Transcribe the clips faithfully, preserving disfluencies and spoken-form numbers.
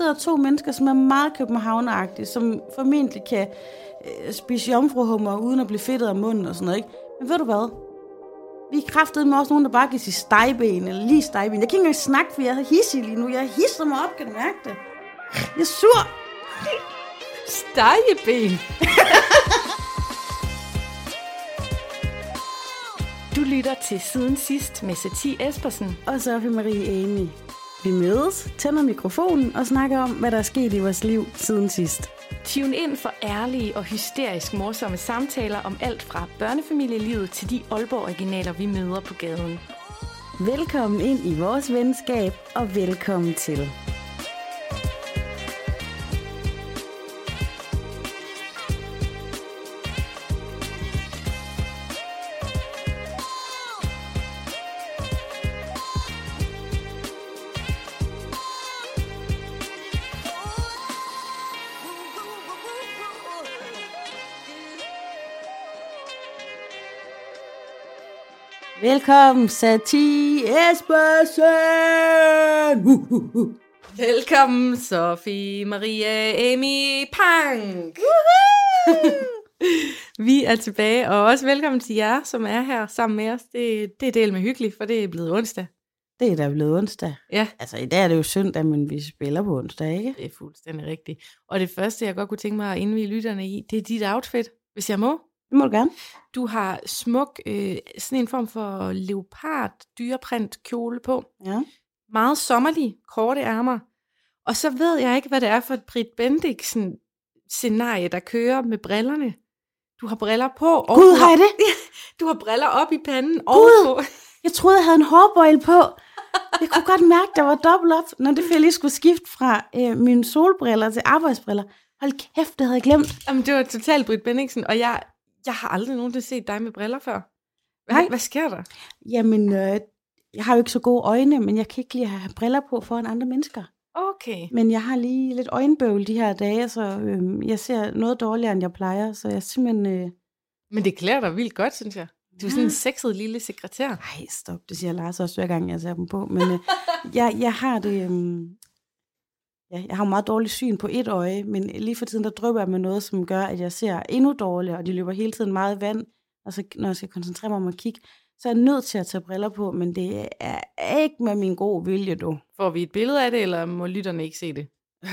sidder to mennesker, som er meget københavneragtige, som formentlig kan øh, spise jomfruhummer uden at blive fedtet af munden og sådan noget, ikke? Men ved du hvad? Vi er kraftede med også nogen, der bare kan sige stegben, eller lige stegben. Jeg kan ikke engang snakke, for jeg er hissig lige nu. Jeg hisser mig op, kan du mærke det? Jeg er sur. Stegeben. Du lytter til Siden Sidst med Satie Espersen og Sofie Marie Amy. Vi mødes, tænder mikrofonen og snakker om, hvad der er sket i vores liv siden sidst. Tune ind for ærlige og hysterisk morsomme samtaler om alt fra børnefamilielivet til de Aalborg-originaler, vi møder på gaden. Velkommen ind i vores venskab, og velkommen til. Velkommen, Satie Espersen! Uh, uh, uh. Velkommen, Sofie Maria Amy Pang! Vi er tilbage, og også velkommen til jer, som er her sammen med os. Det, det er del med hyggeligt, for det er blevet onsdag. Det er da blevet onsdag. Ja. Altså, i dag er det jo søndag, men vi spiller på onsdag, ikke? Det er fuldstændig rigtigt. Og det første, jeg godt kunne tænke mig at indvige lytterne i, det er dit outfit, hvis jeg må. Det må du gerne. Du har smuk, øh, sådan en form for leopard, dyreprint kjole på. Ja. Meget sommerlig, korte ærmer. Og så ved jeg ikke, hvad det er for et Britt Bendiksen scenarie, der kører med brillerne. Du har briller på. Og Gud, har jeg det? Du har briller op i panden. Gud, og på. Jeg troede, jeg havde en hårbøjle på. Jeg kunne godt mærke, der var dobbelt op, når det jeg lige skulle skifte fra øh, mine solbriller til arbejdsbriller. Hold kæft, det havde jeg glemt. Jamen, det var totalt Britt Bendiksen, og jeg... Jeg har aldrig nogensinde set dig med briller før. Hvad, Nej. hvad sker der? Jamen, øh, jeg har jo ikke så gode øjne, men jeg kan ikke lide at have briller på foran andre mennesker. Okay. Men jeg har lige lidt øjenbøvl de her dage, så øh, jeg ser noget dårligere, end jeg plejer. Så jeg simpelthen... Øh... Men det klæder dig vildt godt, synes jeg. Du er sådan en sexet lille sekretær. Nej, stop. Det siger Lars også hver gang, jeg ser dem på. Men øh, jeg, jeg har det... Øh... Ja, jeg har jo meget dårligt syn på et øje, men lige for tiden, der drypper jeg med noget, som gør, at jeg ser endnu dårligere, og de løber hele tiden meget vand, og så, når jeg skal koncentrere mig om at kigge, så er jeg nødt til at tage briller på, men det er ikke med min gode vilje, du. Får vi et billede af det, eller må lytterne ikke se det?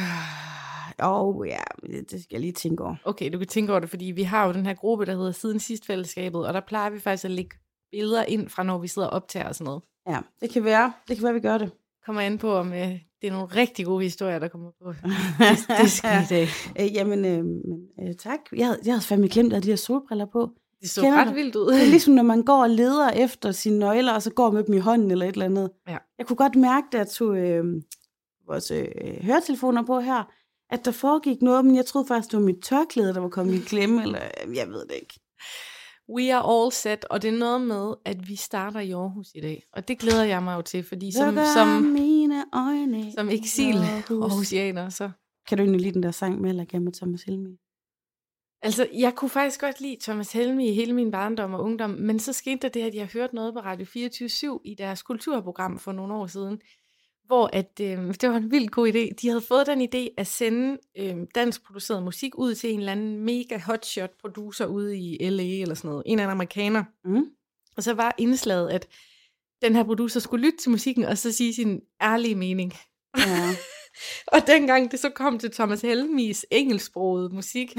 Åh, oh, ja, det skal jeg lige tænke over. Okay, du kan tænke over det, fordi vi har jo den her gruppe, der hedder Siden Sidst Fællesskabet, og der plejer vi faktisk at lægge billeder ind fra, når vi sidder og optager og sådan noget. Ja, det kan være. Det kan være, vi gør det. Kommer an på, om øh, det er nogle rigtig gode historier, der kommer på. Det, det skal i dag. øh, jamen, øh, men, øh, tak. Jeg havde, jeg havde fandme glemt, at jeg havde de her solbriller på. Det så Kender ret du? vildt ud. Det er ligesom, når man går og leder efter sine nøgler, og så går med dem i hånden eller et eller andet. Ja. Jeg kunne godt mærke, da jeg tog øh, vores øh, høretelefoner på her, at der foregik noget, men jeg troede faktisk, det var mit tørklæde, der var kommet i klemme, eller jeg ved det ikke. We are all set, og det er noget med, at vi starter i Aarhus i dag. Og det glæder jeg mig jo til, fordi som, som, mine øjne som eksil aarhusianer, så... Kan du egentlig lide den der sang med, eller med Thomas Helmig? Altså, jeg kunne faktisk godt lide Thomas Helmig i hele min barndom og ungdom, men så skete der det, at jeg hørte noget på Radio fireogtyve syv i deres kulturprogram for nogle år siden, hvor at, øh, det var en vildt god idé. De havde fået den idé at sende øh, dansk produceret musik ud til en eller anden mega hotshot producer ude i L A eller sådan noget. En eller anden amerikaner. Mm. Og så var indslaget, at den her producer skulle lytte til musikken og så sige sin ærlige mening. Ja. Og dengang det så kom til Thomas Helmigs engelsksprogede musik,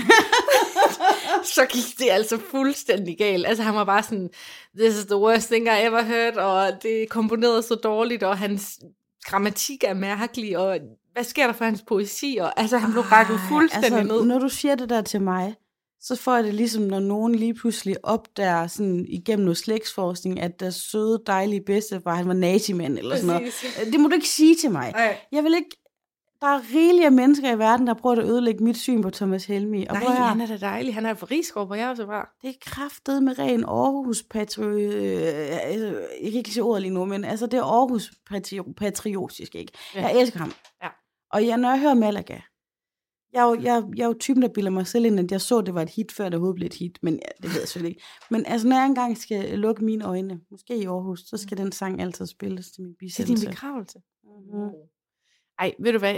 så gik det altså fuldstændig galt. Altså han var bare sådan, this is the worst thing I ever heard, og det komponerede så dårligt, og hans grammatik er mærkelig, og hvad sker der for hans poesi? Og, altså han blev rakket fuldstændig altså, ned. Når du siger det der til mig, så får jeg det ligesom, når nogen lige pludselig opdager sådan, igennem noget slægtsforskning, at der søde, dejlige bedstefar, han var nazimand eller sådan noget. Det må du ikke sige til mig. Ej. Jeg vil ikke... Der er rigelige af mennesker i verden, der prøver at ødelægge mit syn på Thomas Helmig. Og Nej, han er da dejlig. Han er fra Risskov, hvor jeg også var. Det er kraftet med ren Aarhus-patri... Øh, jeg kan ikke sige ordet lige nu, men altså det er Aarhus-patriotisk, ikke? Ja. Jeg elsker ham. Ja. Og jeg, når jeg hører Malaga, jeg er, jo, jeg, jeg er jo typen, der bilder mig selv ind, at jeg så, det var et hit, før det overhovedet blev et hit. Men ja, det ved jeg selvfølgelig ikke. Men altså, når jeg engang skal lukke mine øjne, måske i Aarhus, så skal den sang altid spilles til min bisættelse. Til din begravelse? Mm-hmm. Ej, ved du hvad?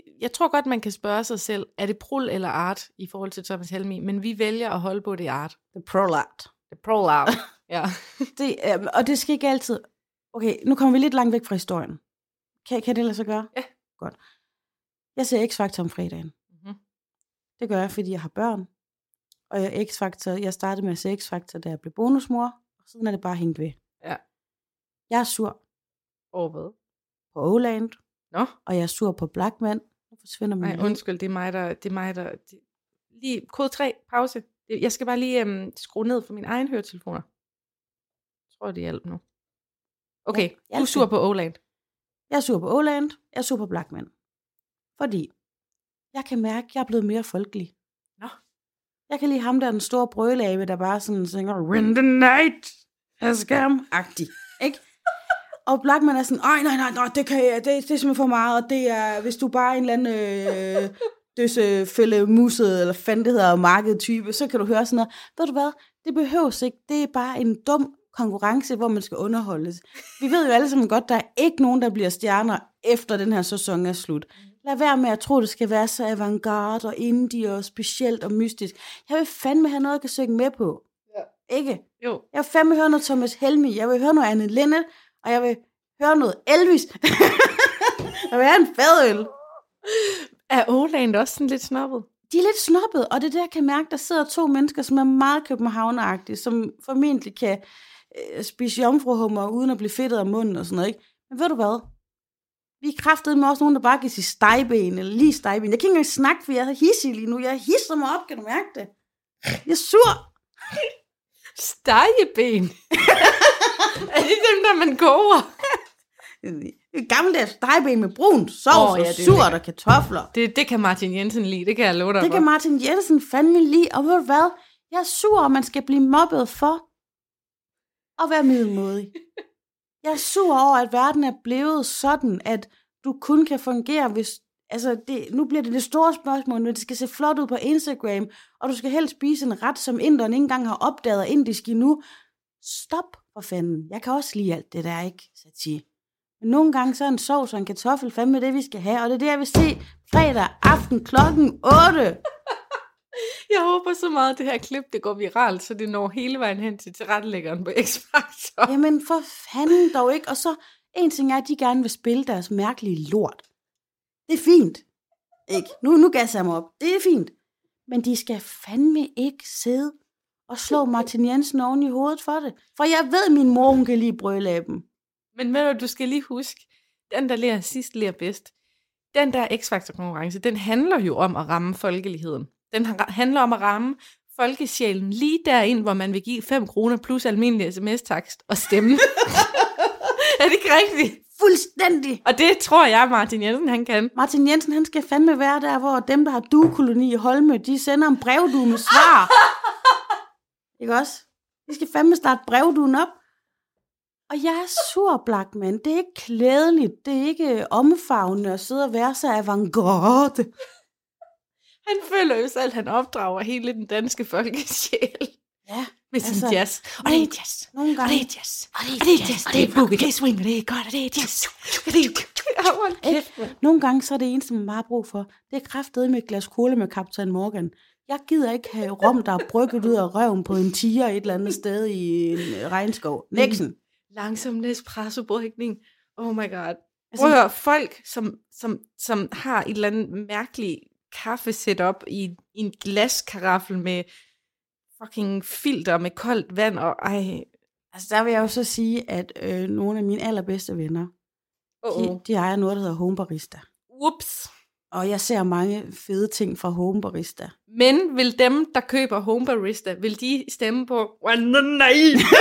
jeg tror godt, man kan spørge sig selv, er det prul eller art i forhold til Thomas Helmig, men vi vælger at holde på det art. The prol art. The prul art, ja. det, øh, og det skal ikke altid... Okay, nu kommer vi lidt langt væk fra historien. Kan, kan det lade sig gøre? Ja. Godt. Jeg ser X-Factor om fredagen. Mm-hmm. Det gør jeg, fordi jeg har børn. Og jeg, X-Factor, jeg startede med at se X-Factor, da jeg blev bonusmor, og siden er det bare hængt ved. Ja. Jeg er sur. Over hvad? På Oland. Nå. Og jeg er sur på Blackman. Nu forsvinder min Nej, undskyld, det er mig, der... Det er mig, der det, lige kode tre, pause. Jeg skal bare lige øhm, skrue ned for mine egne høretelefoner. Jeg tror, det hjælper nu. Okay, ja, du er sur på Oland. Jeg er sur på Oland. Jeg er sur på Blackman. Fordi jeg kan mærke, at jeg er blevet mere folkelig. Nå. Jeg kan lide ham der, den store brølave, der bare sådan synger, When the night has come-agtig, ikke? Og Blackman er sådan, ej, nej, nej, nej, det, kan jeg, det, det er simpelthen for meget, og det er, hvis du bare er en eller anden øh, døsefælde muset, eller fanden det hedder, markedtype, så kan du høre sådan noget. Ved du hvad, det behøves ikke, det er bare en dum konkurrence, hvor man skal underholdes. Vi ved jo alle sammen godt, der er ikke nogen, der bliver stjerner, efter den her sæson er slut. Lad være med at tro, det skal være så avantgarde og indie og specielt og mystisk. Jeg vil fandme have noget, jeg kan synge med på. Ja. Ikke? Jo. Jeg vil fandme høre noget Thomas Helmig, jeg vil høre noget Anne Linnet, og jeg vil høre noget Elvis. Jeg vil have en fadøl. Er Oland også sådan lidt snobbet? De er lidt snobbet, og det er der, jeg kan mærke, der sidder to mennesker, som er meget københavneragtige, som formentlig kan øh, spise jomfruhummer uden at blive fedtet af munden og sådan noget, ikke? Men ved du hvad? Vi er kraftede med også nogen, der bare kan sige stegben, eller lige stegben. Jeg kan ikke engang snakke, for jeg er hissig lige nu. Jeg hisser mig op, kan du mærke det? Jeg er sur. Stegeben? Er det dem, der man koger? Gammeldags stegben med brun sovs oh, ja, og surt og kartofler. Det, det kan Martin Jensen lide, det kan jeg love dig Det for. kan Martin Jensen fandme lide, og ved du hvad? Jeg er sur, og man skal blive mobbet for at være middelmådig. Jeg er sur over, at verden er blevet sådan, at du kun kan fungere, hvis... Altså, det, nu bliver det det store spørgsmål, men det skal se flot ud på Instagram, og du skal helst spise en ret, som inderen ikke engang har opdaget indisk endnu. Stop for fanden. Jeg kan også lide alt det der, ikke, Satie? Men nogle gange så er en sovs og en kartoffel fandme det, vi skal have, og det er det, jeg vil se fredag aften klokken otte. Jeg håber så meget, at det her klip, det går viralt, så det når hele vejen hen til tilrettelæggeren på X-Factor. Jamen for fanden dog ikke. Og så en ting er, at de gerne vil spille deres mærkelige lort. Det er fint. Ikke? Nu, nu gasser jeg mig op. Det er fint. Men de skal fandme ikke sidde og slå Martin Jensen oven i hovedet for det. For jeg ved, at min mor, hun kan lide brødlaben. Men ved du, du skal lige huske, den der lærer sidst, lærer bedst. Den der X-Factor-konkurrence, den handler jo om at ramme folkeligheden. Den handler om at ramme folkesjælen lige derind, hvor man vil give fem kroner plus almindelig sms-takst og stemme. Er det ikke rigtigt? Fuldstændig. Og det tror jeg, Martin Jensen, han kan. Martin Jensen, han skal fandme være der, hvor dem, der har duekoloni i Holme, de sender en brevdue med svar. Ikke også? De skal fandme starte brevduen op. Og jeg er sur, Blackman. Det er ikke klædeligt. Det er ikke omfavnende at sidde og være så avantgarde. Han føler jo selv, at han opdrager hele den danske folkesjæl. Ja. Med sin altså, jazz. Og det er jazz. Nogle gange. Og det er jazz. Og det er jazz. Og det er boogie. Det er swing. Og det er godt. Og det er jazz. Og det er... Nogle gange så er det eneste, man bare har brug for. Det er kraftedeme med et glas cola med Kaptajn Morgan. Jeg gider ikke have rom, der er brygget ud af røven på en tiger et eller andet sted i en regnskov. Nixon. Langsom Nespresso-brygning. Oh my god. Altså, prøv at høre, folk, som, som, som har et eller andet mærkeligt kaffe-setup i, i en glaskaraffel med fucking filter med koldt vand, og ej. Altså der vil jeg jo så sige, at øh, nogle af mine allerbedste venner, uh-oh. de, de ejer noget, der hedder Home Barista. Ups. Og jeg ser mange fede ting fra Home Barista. Men vil dem, der køber Home Barista, vil de stemme på nej?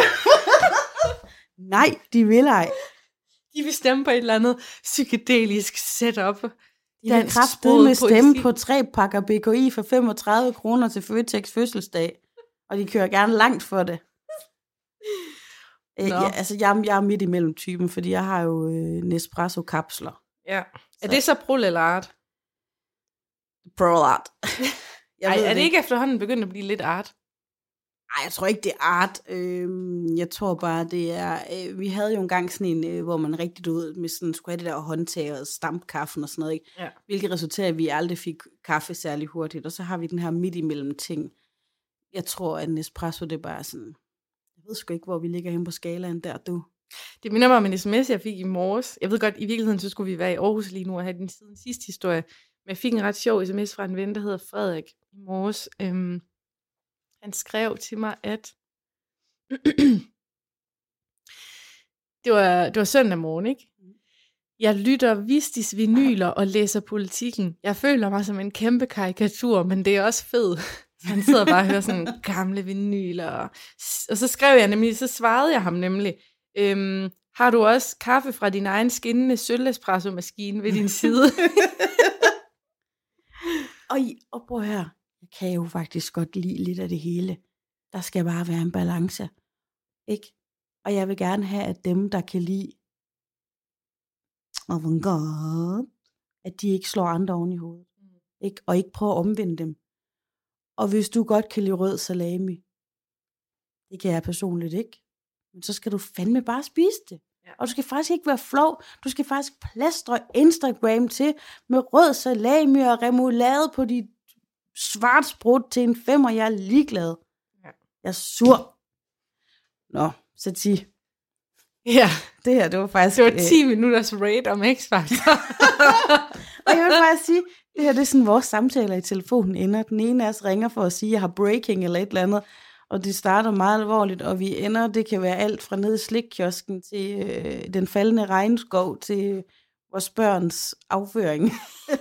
Nej, de vil ej. De vil stemme på et eller andet psykedelisk setup. De vil kraftedeme med stemme på tre pakker B K I for femogtredive kroner til Føtex fødselsdag. Og de kører gerne langt for det. Æ, ja, altså, jeg, jeg er midt imellem typen, fordi jeg har jo øh, Nespresso-kapsler. Ja. Så. Er det så prul eller art? Prul art. Ej, er det ikke efterhånden begyndt at blive lidt art? Ej, jeg tror ikke, det er art. Øhm, jeg tror bare, det er... Øh, vi havde jo engang sådan en, øh, hvor man rigtig ud med sådan, skulle have det der håndtag og stampkaffen og sådan noget, ikke? Ja. Hvilket resulterer, at vi aldrig fik kaffe særlig hurtigt. Og så har vi den her midt imellem ting. Jeg tror, at en espresso, det er bare sådan... Jeg ved sgu ikke, hvor vi ligger hen på skalaen der, du. Det minder mig om en sms, jeg fik i morges. Jeg ved godt, i virkeligheden, så skulle vi være i Aarhus lige nu og have den siden sidste historie. Men jeg fik en ret sjov sms fra en ven, der hedder Frederik i morges. Øhm, han skrev til mig, at det, var, det var søndag morgen, ikke? Jeg lytter Vistis vinyler og læser Politikken. Jeg føler mig som en kæmpe karikatur, men det er også fedt. Han sidder bare og hører sådan gamle vinyler. Og, og så skrev jeg nemlig, så svarede jeg ham nemlig, øhm, har du også kaffe fra din egen skinnende sølvespresso-maskine ved din side? Og, og prøv her, jeg kan jo faktisk godt lide lidt af det hele. Der skal bare være en balance, ikke? Og jeg vil gerne have, at dem, der kan lide avantgarde, at de ikke slår andre oven i hovedet, ikke? Og ikke prøver at omvende dem. Og hvis du godt kan lide rød salami, det kan jeg personligt ikke, men så skal du fandme bare spise det. Ja. Og du skal faktisk ikke være flov. Du skal faktisk plastre Instagram til med rød salami og remoulade på dit svartsbrud til en femmer. Jeg er ligeglad. Ja. Jeg er sur. Nå, så ti. Ja. Det her, det var faktisk... Det var ti øh... minutters raid om X-Factor. Og jeg vil faktisk sige, det her det er sådan, vores samtaler i telefonen ender. Den ene af os ringer for at sige, at jeg har breaking eller et eller andet. Og det starter meget alvorligt, og vi ender, det kan være alt fra nede i slikkiosken til øh, den faldende regnskov til vores børns afføring.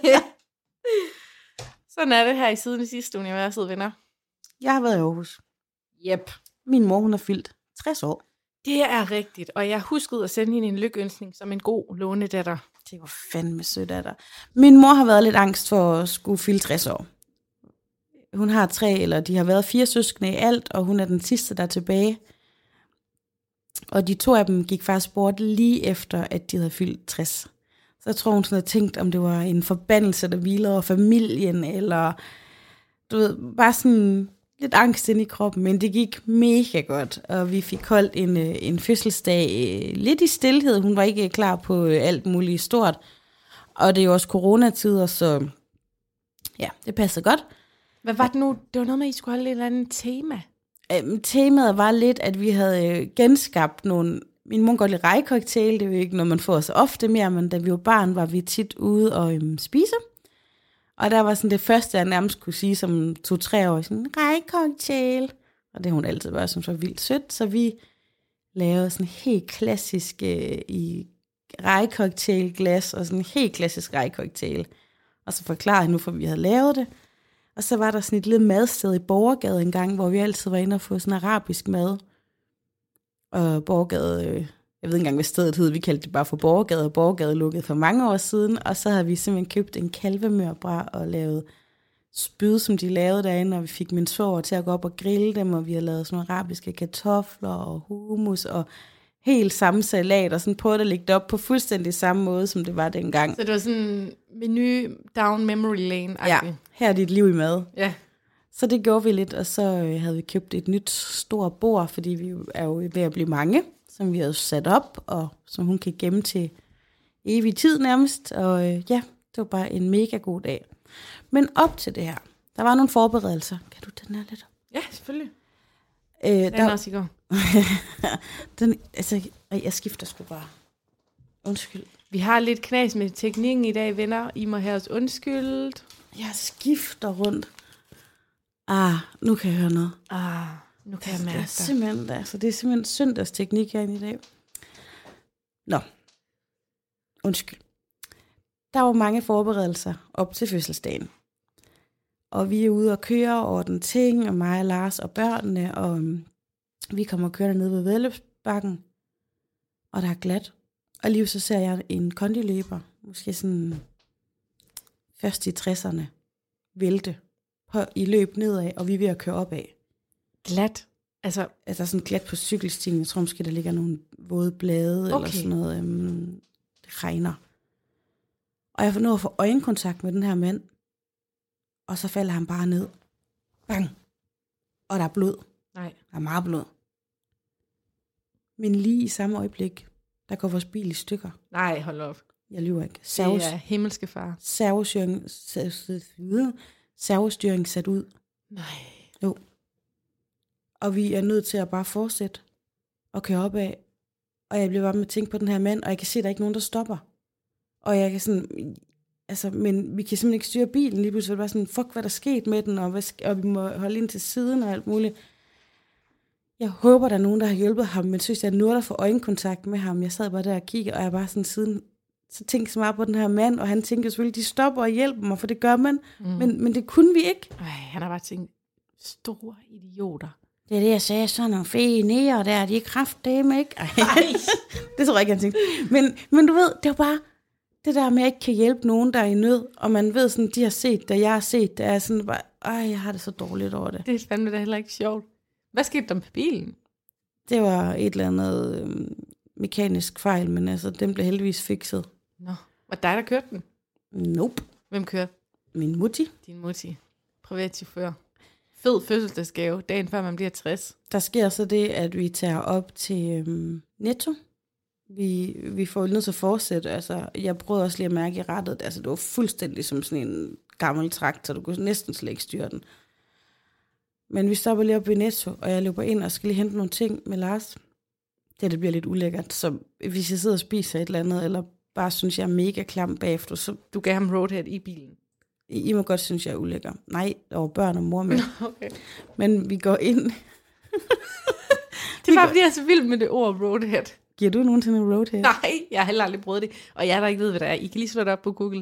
Sådan er det her i Siden i Sidste Universet, venner. Jeg har været i Aarhus. Yep. Min mor, hun er fyldt tres år. Det er rigtigt, og jeg huskede at sende hende en lykønskning som en god lånedatter. Det var fandme sødt af dig. Min mor har været lidt angst for at skulle fylde tres år. Hun har tre, eller de har været fire søskende i alt, og hun er den sidste, der er tilbage. Og de to af dem gik faktisk bort lige efter, at de havde fyldt tres. Så jeg tror, hun sådan havde tænkt, om det var en forbandelse, der hvilede over familien, eller du ved, bare sådan lidt angst ind i kroppen. Men det gik mega godt, og vi fik holdt en, en fødselsdag lidt i stilhed. Hun var ikke klar på alt muligt stort. Og det er jo også coronatider, så ja, det passer godt. Hvad var det nu? Det var noget med, at I skulle holde et eller andet tema. Øhm, temaet var lidt, at vi havde genskabt nogle... Min mor godt lide rejcocktail, det er jo ikke noget, man får så ofte mere, men da vi var barn, var vi tit ude og øhm, spise. Og der var sådan det første, jeg nærmest kunne sige som to-tre år, sådan rejcocktail. Og det hun altid var, som så vildt sødt, så vi lavede sådan helt klassisk øh, i rejcocktailglas, og sådan helt klassisk rejcocktail. Og så forklarede jeg nu, for vi havde lavet det. Og så var der sådan et lille madsted i Borgergade en gang, hvor vi altid var inde og få sådan arabisk mad. Og Borgergade, øh, jeg ved ikke engang, hvad stedet hed, vi kaldte det bare for Borgergade, og Borgergade lukkede for mange år siden. Og så havde vi simpelthen købt en kalvemørbræ og lavet spyd, som de lavede derinde, og vi fik min svoger til at gå op og grille dem, og vi har lavet sådan nogle arabiske kartofler og hummus og helt samme salat, og sådan prøvede at lægge det op på fuldstændig samme måde, som det var dengang. Så det var sådan menu down memory lane-agtigt. Ja, her er dit liv i mad. Ja. Så det gjorde vi lidt, og så øh, havde vi købt et nyt stort bord, fordi vi er jo ved at blive mange, som vi havde sat op, og som hun kan gemme til evig tid nærmest. Og øh, ja, det var bare en mega god dag. Men op til det her, der var nogle forberedelser. Kan du den her lidt? Ja, selvfølgelig. Øh, den der... også i går. den, altså, jeg skifter sgu bare. Undskyld. Vi har lidt knas med teknikken i dag, venner. I må have os undskyldt. Jeg skifter rundt. Ah, nu kan jeg høre noget. Ah, nu kan jeg mærke det. Er simpelthen, altså, det er simpelthen søndagsteknik herinde i dag. Nå. Undskyld. Der var mange forberedelser op til fødselsdagen. Og vi er ude og køre over den ting, og mig og Lars og børnene, og um, vi kommer kørende ned ved vedløbsbakken, og der er glat. Og lige så ser jeg en kondiløber, måske sådan først i tresserne, vælte på, i løb nedad, og vi er ved at køre opad. Glat? Altså, altså sådan glat på cykelstien. Jeg tror måske, der ligger nogle våde blade, okay. Eller sådan noget. Um, det regner. Og jeg får nået at få øjenkontakt med den her mand, og så falder han bare ned. Bang! Og der er blod. Nej. Der er meget blod. Men lige i samme øjeblik, der går vores bil i stykker. Nej, hold op. Jeg lyver ikke. Servos, det er himmelske far. Servostyring, servostyring sat ud. Nej. Jo. Og vi er nødt til at bare fortsætte og køre opad. Og jeg bliver bare med at tænke på den her mand, og jeg kan se, at der er ikke nogen, der stopper. Og jeg kan sådan, altså, men vi kan simpelthen ikke styre bilen. Lige pludselig var det bare sådan, fuck, hvad der skete med den, og, hvad, og vi må holde ind til siden og alt muligt. Jeg håber, der er nogen, der har hjulpet ham, men synes, jeg er noget, der får øjenkontakt med ham. Jeg sad bare der og kiggede, og jeg bare sådan siden, så tænkte så meget på den her mand, og han tænkte selvfølgelig, de stopper og hjælper mig, for det gør man. Mm. Men, men det kunne vi ikke. Ej, han har bare tænkt, store idioter. Det er det, jeg sagde, sådan nogle fede nære der, de er kraftdame, ikke? Ej. Det tror jeg ikke, han tænkte. Men, men du ved, det var bare det der med, at jeg ikke kan hjælpe nogen, der er i nød, og man ved sådan, de har set det, jeg har set det, er sådan bare, ej, jeg har det så dårligt over det. Det er fandme da heller ikke sjovt. Hvad skete der med bilen? Det var et eller andet øhm, mekanisk fejl, men altså, den blev heldigvis fikset. Nå, var det dig, der kørte den? Nope. Hvem kørte? Min mutti. Din mutti. Privatchauffør. Fed fødselsdagsgave, dagen før man bliver tres. Der sker så det, at vi tager op til øhm, Netto. Vi, vi får nødt til at fortsætte. Altså, jeg prøvede også lige at mærke i rettet. Altså, det var fuldstændig som sådan en gammel traktor. Du kunne næsten slet ikke styre den. Men vi stopper lige op i Netto, og jeg løber ind og skal lige hente nogle ting med Lars. Det, det bliver lidt ulækkert. Så hvis jeg sidder og spiser et eller andet, eller bare synes, jeg er mega klam bagefter, så... Du gav ham roadhead i bilen? I, I må godt synes, jeg er ulækker. Nej, der var børn og mor med. Okay. Men vi går ind... Det var, fordi jeg er så vild med det ord roadhead. Giver du nogensinde en roadhead? Nej, jeg har heller aldrig prøvet det. Og jeg der ikke ved, hvad det er. I kan lige slå det op på Google.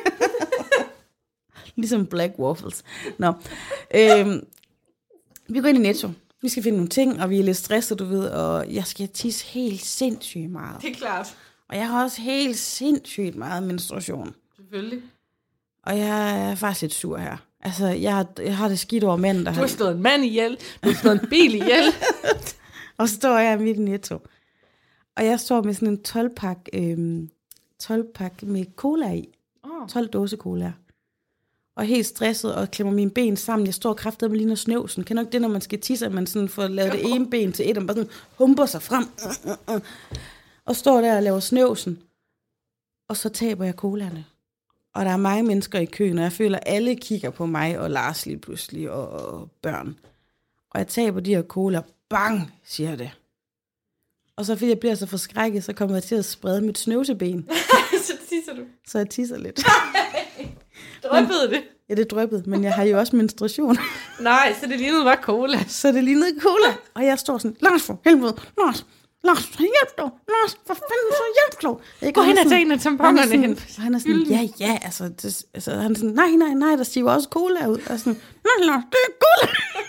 Ligesom black waffles. Nå. Øhm, vi går ind i Netto. Vi skal finde nogle ting, og vi er lidt stresset, du ved, og jeg skal tisse helt sindssygt meget. Det er klart. Og jeg har også helt sindssygt meget menstruation. Selvfølgelig. Og jeg er faktisk lidt sur her. Altså, jeg har, jeg har det skidt over manden, der har... Du har slået en mand ihjel, du har slået en bil ihjel. Og så står jeg midt i Netto. Og jeg står med sådan en tolv-pak, øhm, tolv-pak med cola i. Oh. tolv dåse cola. Og helt stresset og klemmer mine ben sammen. Jeg står kraftedet med lige noget snøvsen. Kan nok det, når man skal tisse, at man sådan får lavet det ene ben til et, og bare sådan humper sig frem. Og står der og laver snøvsen. Og så taber jeg colaerne. Og der er mange mennesker i køen, og jeg føler, at alle kigger på mig og Lars lige pludselig, og, og børn. Og jeg taber de her cola. Bang, siger det. Og så fordi jeg bliver så forskrækket, så kommer jeg til at sprede mit snøvseben. Så tisser du? Så jeg tisser lidt. Drøbbede det? Ja, det drøbbede, men jeg har jo også menstruation. Nej, så det lignede bare cola. Så det lignede cola. Og jeg står sådan, Lars for helvede, Lars, Lars, hjælp dog, Lars, for fanden så hjælp dog. Gå hen og tage en af tamponerne hen. Og han er sådan, ja, ja, altså, det, altså, han er sådan, nej, nej, nej, der stiger også cola ud. Og sådan, nej, Lars, det er cola.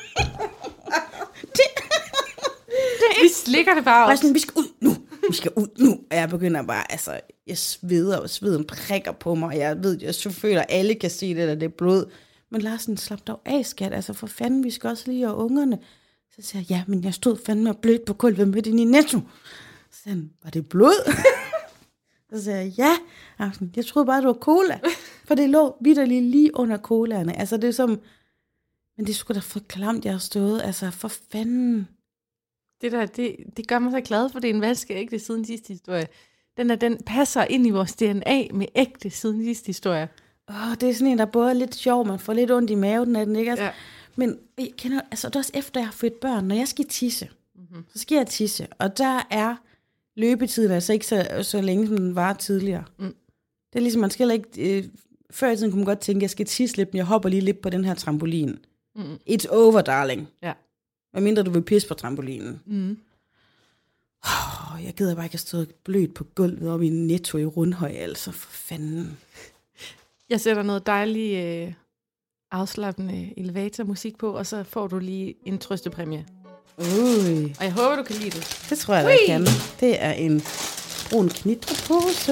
det, det vi slikker det bare op. Sådan, vi skal ud nu, vi skal ud nu. Og jeg begynder bare, altså, jeg sveder, og sveden prikker på mig, og jeg ved, jeg så føler, at alle kan se det, der det er blod. Men Larsen, slap dog af, skat, altså for fanden, vi skal også lige have ungerne. Så siger jeg, ja, men jeg stod fandme og blødt på gulvet midt inde i Netto. Så siger han, var det blod? Så siger jeg, ja. Jeg troede bare, det var cola. For det lå vitterligt lige under colaerne. Altså, det er som, men det skulle da for klamt, jeg har stået. Altså, for fanden. Det der, det, det gør mig så glad, for det er en vaskeægte siden sidste historie. Den, er, den passer ind i vores D N A med ægte siden sidste historie. Åh, det er sådan en, der både er lidt sjov, man får lidt ondt i maven af den, ikke? Altså, ja. Men jeg kender, altså, det er også efter, jeg har født børn. Når jeg skal tisse, mm-hmm. så skal jeg tisse. Og der er løbetiden altså ikke så, så længe, som den var tidligere. Mm. Det er ligesom, man skal ikke... Øh, før i tiden kunne man godt tænke, at jeg skal tisse lidt, men jeg hopper lige lidt på den her trampolin. Mm. It's over, darling. Ja. Hvad mindre du vil pisse på trampolinen. Mm. Oh, jeg gider bare ikke at stå blødt på gulvet oppe i Netto i Rundhøj, altså for fanden. Jeg sætter noget dejligt øh, afslappende elevatormusik på, og så får du lige en trøstepræmie. Ui. Og jeg håber, du kan lide det. Det tror jeg, jeg kan. Det er en brun knitrepose.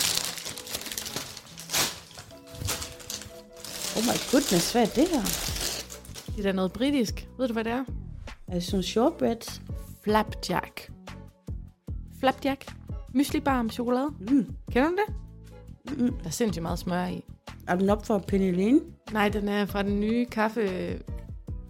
Oh my goodness, hvad er det her? Det er noget britisk. Ved du, hvad det er? Er det sådan shortbread? Flapjack. Flapjack. Myslibar med chokolade. Mm. Kender du det? Mm-mm. Der er sindssygt meget smør i. Er den op for Pernille? Nej, den er fra den nye kaffe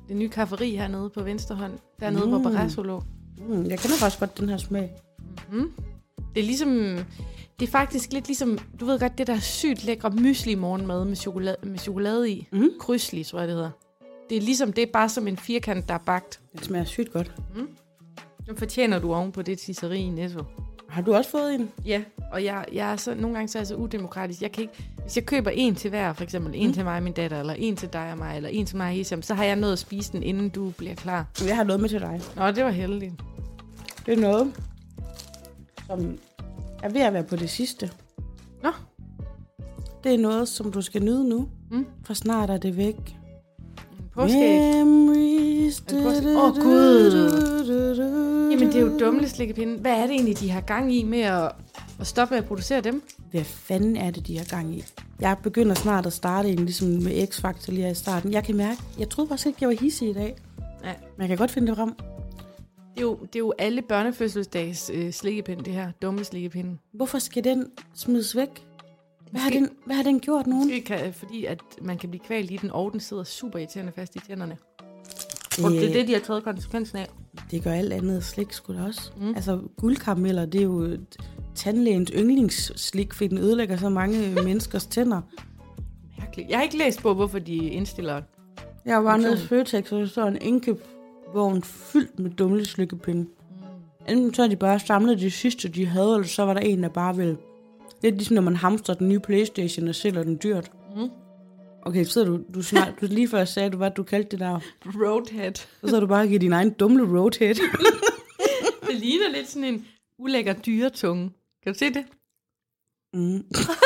det nye kafferi hernede på venstre hånd. Dernede, Mm. hvor Barresso lå. Mm, jeg kender faktisk godt den her smag. Mm. Det er ligesom... Det er faktisk lidt ligesom... Du ved godt, det der sygt lækre mysli morgenmad med chokolade, med chokolade i. Mm. Krydsli, tror jeg, det hedder. Det er ligesom... Det er bare som en firkant, der er bagt. Det smager sygt godt. Mm. Nu fortjener du oven på det tisseri i Netto. Har du også fået en? Ja, og jeg, jeg er så, nogle gange så er jeg så udemokratisk. Jeg kan ikke, hvis jeg køber en til hver, for eksempel en mm. til mig og min datter, eller en til dig og mig, eller en til mig og Hisham, så har jeg nået at spise den, inden du bliver klar. Jeg har noget med til dig. Nå, det var heldigt. Det er noget, som er ved at være på det sidste. Nå. Det er noget, som du skal nyde nu, Mm. for snart er det væk. Påskeæg. Memories. Åh, oh, Gud. Jamen, det er jo dumle slikkepinde. Hvad er det egentlig, de har gang i med at, at stoppe med at producere dem? Hvad fanden er det, de har gang i? Jeg begynder snart at starte en, ligesom med X-Factor lige her i starten. Jeg kan mærke, jeg troede faktisk ikke, jeg var hissig i dag. Ja. Men jeg kan godt finde det frem. Det er jo, det er jo alle børnefødselsdags øh, slikkepinde, det her dumme slikkepinde. Hvorfor skal den smides væk? Hvad har Måske- den, hvad har den gjort nogen? Det kan, fordi at man kan blive kvalt i den, og den sidder super irriterende fast i tænderne. Og det er Det, det, de har taget konsekvensen af. det gør alt andet slik sgu da også. Mm. Altså guldkarameller, det er jo tandlægens yndlingsslik, fordi den ødelægger så mange menneskers tænder. Mærkeligt. Jeg har ikke læst på, hvorfor de indstiller. Jeg var nede i Føtex, og så står en enkevogn fyldt med dumle slikkepinde. Mm. Enten så har de bare samlet det sidste, de havde, eller så var der en, der bare ville... Lidt ligesom når man hamstrer den nye PlayStation og sælger den dyrt. Mm. Okay, så du, du, snart, du lige før sagde, du, hvad du kaldte det der. Roadhead. Og så har du bare givet din egen dumle roadhead. Det ligner lidt sådan en ulækker dyretunge. Kan du se det? Mm.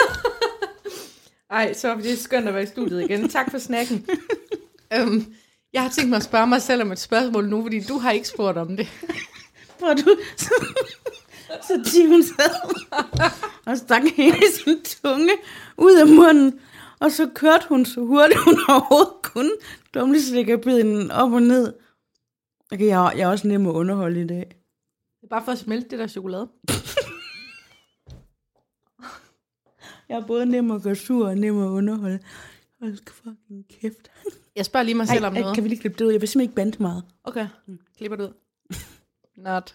Ej, så det er skønt at være i studiet igen. Tak for snakken. um, jeg har tænkt mig at spørge mig selv om et spørgsmål nu, fordi du har ikke spurgt om det. Hvor du... Så Tim sad og stak hele sin tunge ud af munden. Og så kørte hun så hurtigt, hun overhovedet kunne. Dumle slikkepiden op og ned. Okay, jeg, jeg er også nem at underholde i dag. Det er bare for at smelte det der chokolade. Jeg er både nem at gøre sur og nem at underholde. Hold fucking kæft. Jeg spørger lige mig selv Ej, om ej, noget. kan vi lige klippe det ud? Jeg vil simpelthen ikke bande meget. Okay, klipper du ud. Not.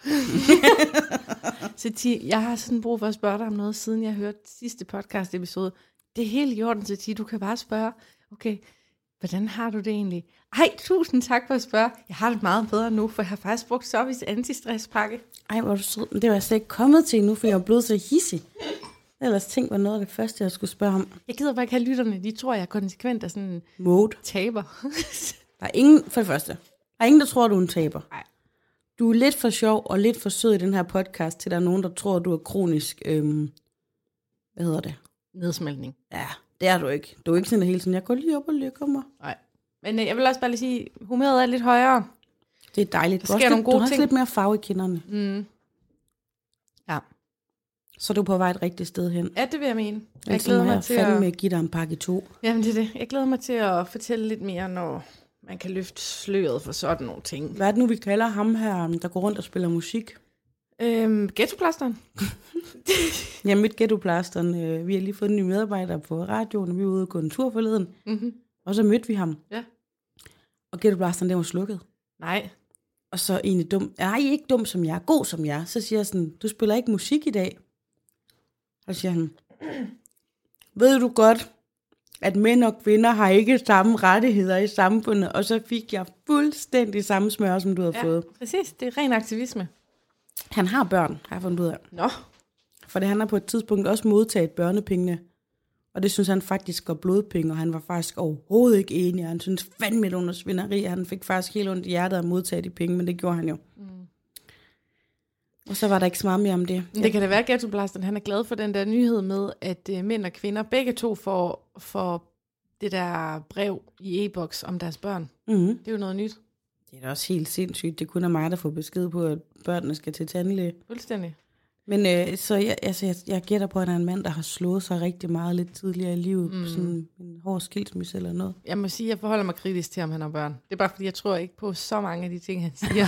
Sati, jeg har sådan brug for at spørge dig om noget, siden jeg hørte sidste podcast episode. Det er helt i orden, Sati. Du kan bare spørge, okay, hvordan har du det egentlig? Ej, tusind tak for at spørge. Jeg har det meget bedre nu, for jeg har faktisk brugt Soffies antistresspakke. Ej, hvor er du sød. Men det var jeg slet ikke kommet til nu, for jeg er blevet så hissig. Ellers tænkte var noget af det første, jeg skulle spørge om. Jeg gider bare ikke have lytterne. De tror, jeg er konsekvent og sådan Mode. taber. Der er ingen, for det første, der er ingen, der tror, du er en taber. Nej. Du er lidt for sjov og lidt for sød i den her podcast, til der er nogen, der tror, du er kronisk, øhm, hvad hedder det? Nedsmeltning. Ja, det er du ikke. Du er ikke sådan hele tiden, jeg går lige op og lægger mig. Nej. Men øh, jeg vil også bare lige sige, humøret er lidt højere. Det er dejligt. Der Du har sker også nogle lidt, gode du har også ting. lidt mere farve i kinderne. Mm. Ja. Så er du på vej et rigtigt sted hen. Ja, det vil jeg mene. Jeg Altså, glæder må mig jeg til fandme at... give dig en pakke to. Jamen, det er det. Jeg glæder mig til at fortælle lidt mere, når man kan løfte sløret for sådan nogle ting. Hvad er det nu, vi kalder ham her, der går rundt og spiller musik? Øhm, ghettoplasteren. Ja, mit ghettoplasteren. Øh, vi har lige fået en ny medarbejder på radioen, og vi var ude og gå en tur forleden. Mm-hmm. Og så mødte vi ham. Ja. Og ghettoplasteren, den var slukket. Nej. Og så egentlig dum. Nej, ikke dum som jeg, god som jeg. Så siger jeg sådan, du spiller ikke musik i dag. Og så siger han, ved du godt, at mænd og kvinder har ikke samme rettigheder i samfundet. Og så fik jeg fuldstændig samme smør, som du havde Ja, fået. præcis. Det er ren aktivisme. Han har børn, har jeg fundet ud af. Nå. For det han har på et tidspunkt også modtaget børnepengene. Og det synes han faktisk var blodpenge, og han var faktisk overhovedet ikke enig. Han synes fandme det under svineri. Han fik faktisk helt ondt i hjertet at modtage de penge, men det gjorde han jo. Mm. Og så var der ikke så meget mere om det. Det kan da være, at ghettoplasteren han er glad for den der nyhed med, at øh, mænd og kvinder begge to får, får det der brev i e-boks om deres børn. Mm-hmm. Det er jo noget nyt. Det er da også helt sindssygt. Det kun er mig, der får besked på, at børnene skal til tandlæge. Fuldstændig. Men øh, så jeg, altså, jeg, jeg gætter på, at der er en mand, der har slået sig rigtig meget lidt tidligere i livet. Mm. Sådan en hård skilsmisse eller noget. Jeg må sige, at jeg forholder mig kritisk til, om han har børn. Det er bare, fordi jeg tror ikke på så mange af de ting, han siger.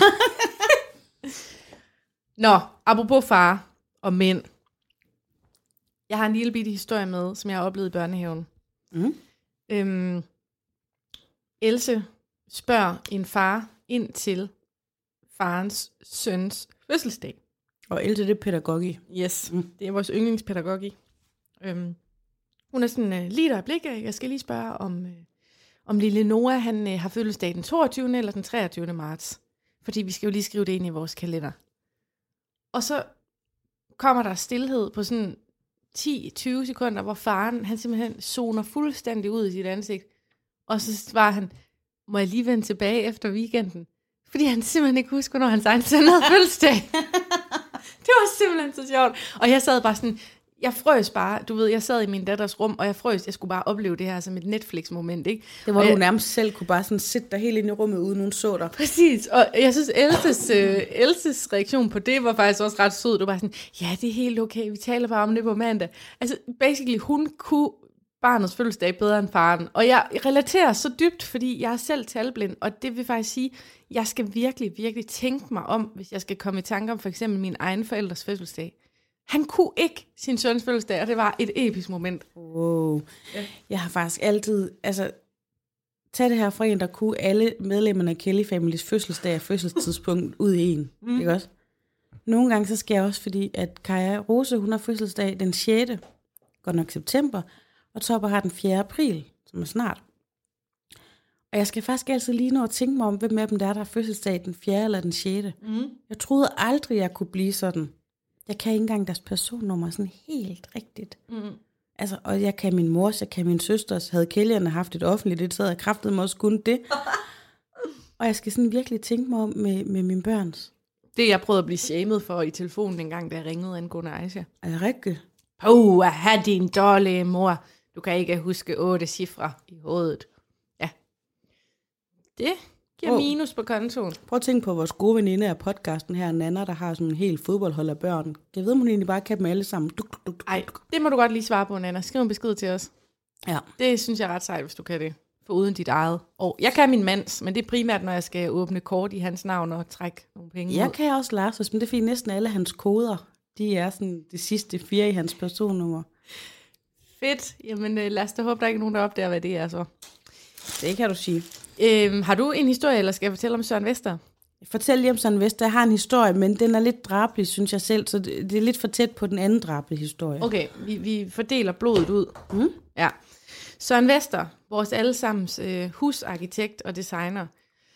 Nå, apropos far og mænd. Jeg har en lille bitte historie med, som jeg har oplevet i børnehaven. Mm. Øhm, Else, spørger en far ind til farens søns fødselsdag. Og Else, det er pædagogi. Yes, mm. det er vores yndlingspædagogi. Øhm, hun er sådan uh, lige der blik af. Jeg skal lige spørge, om, uh, om lille Noah han, uh, har fødselsdag den toogtyvende eller den treogtyvende marts. Fordi vi skal jo lige skrive det ind i vores kalender. Og så kommer der stillhed på sådan ti til tyve sekunder, hvor faren han simpelthen zoner fuldstændig ud i sit ansigt. Og så svarer han, må jeg lige vende tilbage efter weekenden? Fordi han simpelthen ikke husker, når hans egen søn havde fødselsdag. Det var simpelthen så sjovt. Og jeg sad bare sådan, jeg frøs bare, du ved, jeg sad i min datters rum, og jeg frøs, jeg skulle bare opleve det her som et Netflix-moment, ikke? Det var og du jeg, nærmest selv kunne bare sådan sidde der helt inde i rummet, uden nogen så dig. Præcis, og jeg synes, Elses, øh, Elses reaktion på det var faktisk også ret sød. Du var sådan, ja, det er helt okay, vi taler bare om det på mandag. Altså, basically, hun kunne barnets fødselsdag bedre end faren. Og jeg relaterer så dybt, fordi jeg er selv talblind, og det vil faktisk sige, jeg skal virkelig, virkelig tænke mig om, hvis jeg skal komme i tanke om for eksempel min egen forældres fødselsdag. Han kunne ikke sin søns fødselsdag, og det var et episk moment. Wow. Ja. Jeg har faktisk altid, altså, tag det her fra en, der kunne alle medlemmerne af Kelly Families fødselsdag og fødselstidspunkt ud i en. Mm. Ikke også? Nogle gange så sker jeg også, fordi at Kaja Rose, hun har fødselsdag den sjette, godt nok september, og Topper har den fjerde april, som er snart. Og jeg skal faktisk altid lige nå at tænke mig om, hvem af dem der er, der har fødselsdag den fjerde eller den sjette. Mm. Jeg troede aldrig, jeg kunne blive sådan. Jeg kan ikke engang deres personnummer sådan helt rigtigt. Mm. Altså, og jeg kan min mors, jeg kan min søsters. Havde Kellyerne haft et offentligt, det sad jeg kraftedeme også kun det. Og jeg skal sådan virkelig tænke mig om med, med mine børns. Det jeg prøvede at blive shamed for i telefonen en gang, da jeg ringede angående Aisha. Er det rigtigt? Puh, have din dårlige mor. Du kan ikke huske otte cifre i hovedet. Ja. Det giver oh. minus på kontoen. Prøv at tænke på vores gode veninde af podcasten her, Nana, der har sådan en helt fodboldhold af børn. Jeg ved, om hun egentlig bare kan dem alle sammen. Duk, duk, duk, duk. Ej, det må du godt lige svare på, Nana. Skriv en besked til os. Ja. Det synes jeg er ret sejt, hvis du kan det. For uden dit eget. Og jeg kan min mands, men det er primært, når jeg skal åbne kort i hans navn og trække nogle penge Jeg ud. kan også Lars, men det er fordi næsten alle hans koder, de er sådan de sidste fire i hans personnummer. Fedt. Jamen lad os da håbe, der er ikke nogen, der opdager, hvad det er så. Det kan du sige. Øhm, har du en historie, eller skal jeg fortælle om Søren Vester? Fortæl lige om Søren Vester. Jeg har en historie, men den er lidt drabelig, synes jeg selv, så det, det er lidt for tæt på den anden drabelige historie. Okay, vi, vi fordeler blodet ud. Mm. Ja. Søren Vester, vores allesammens øh, husarkitekt og designer,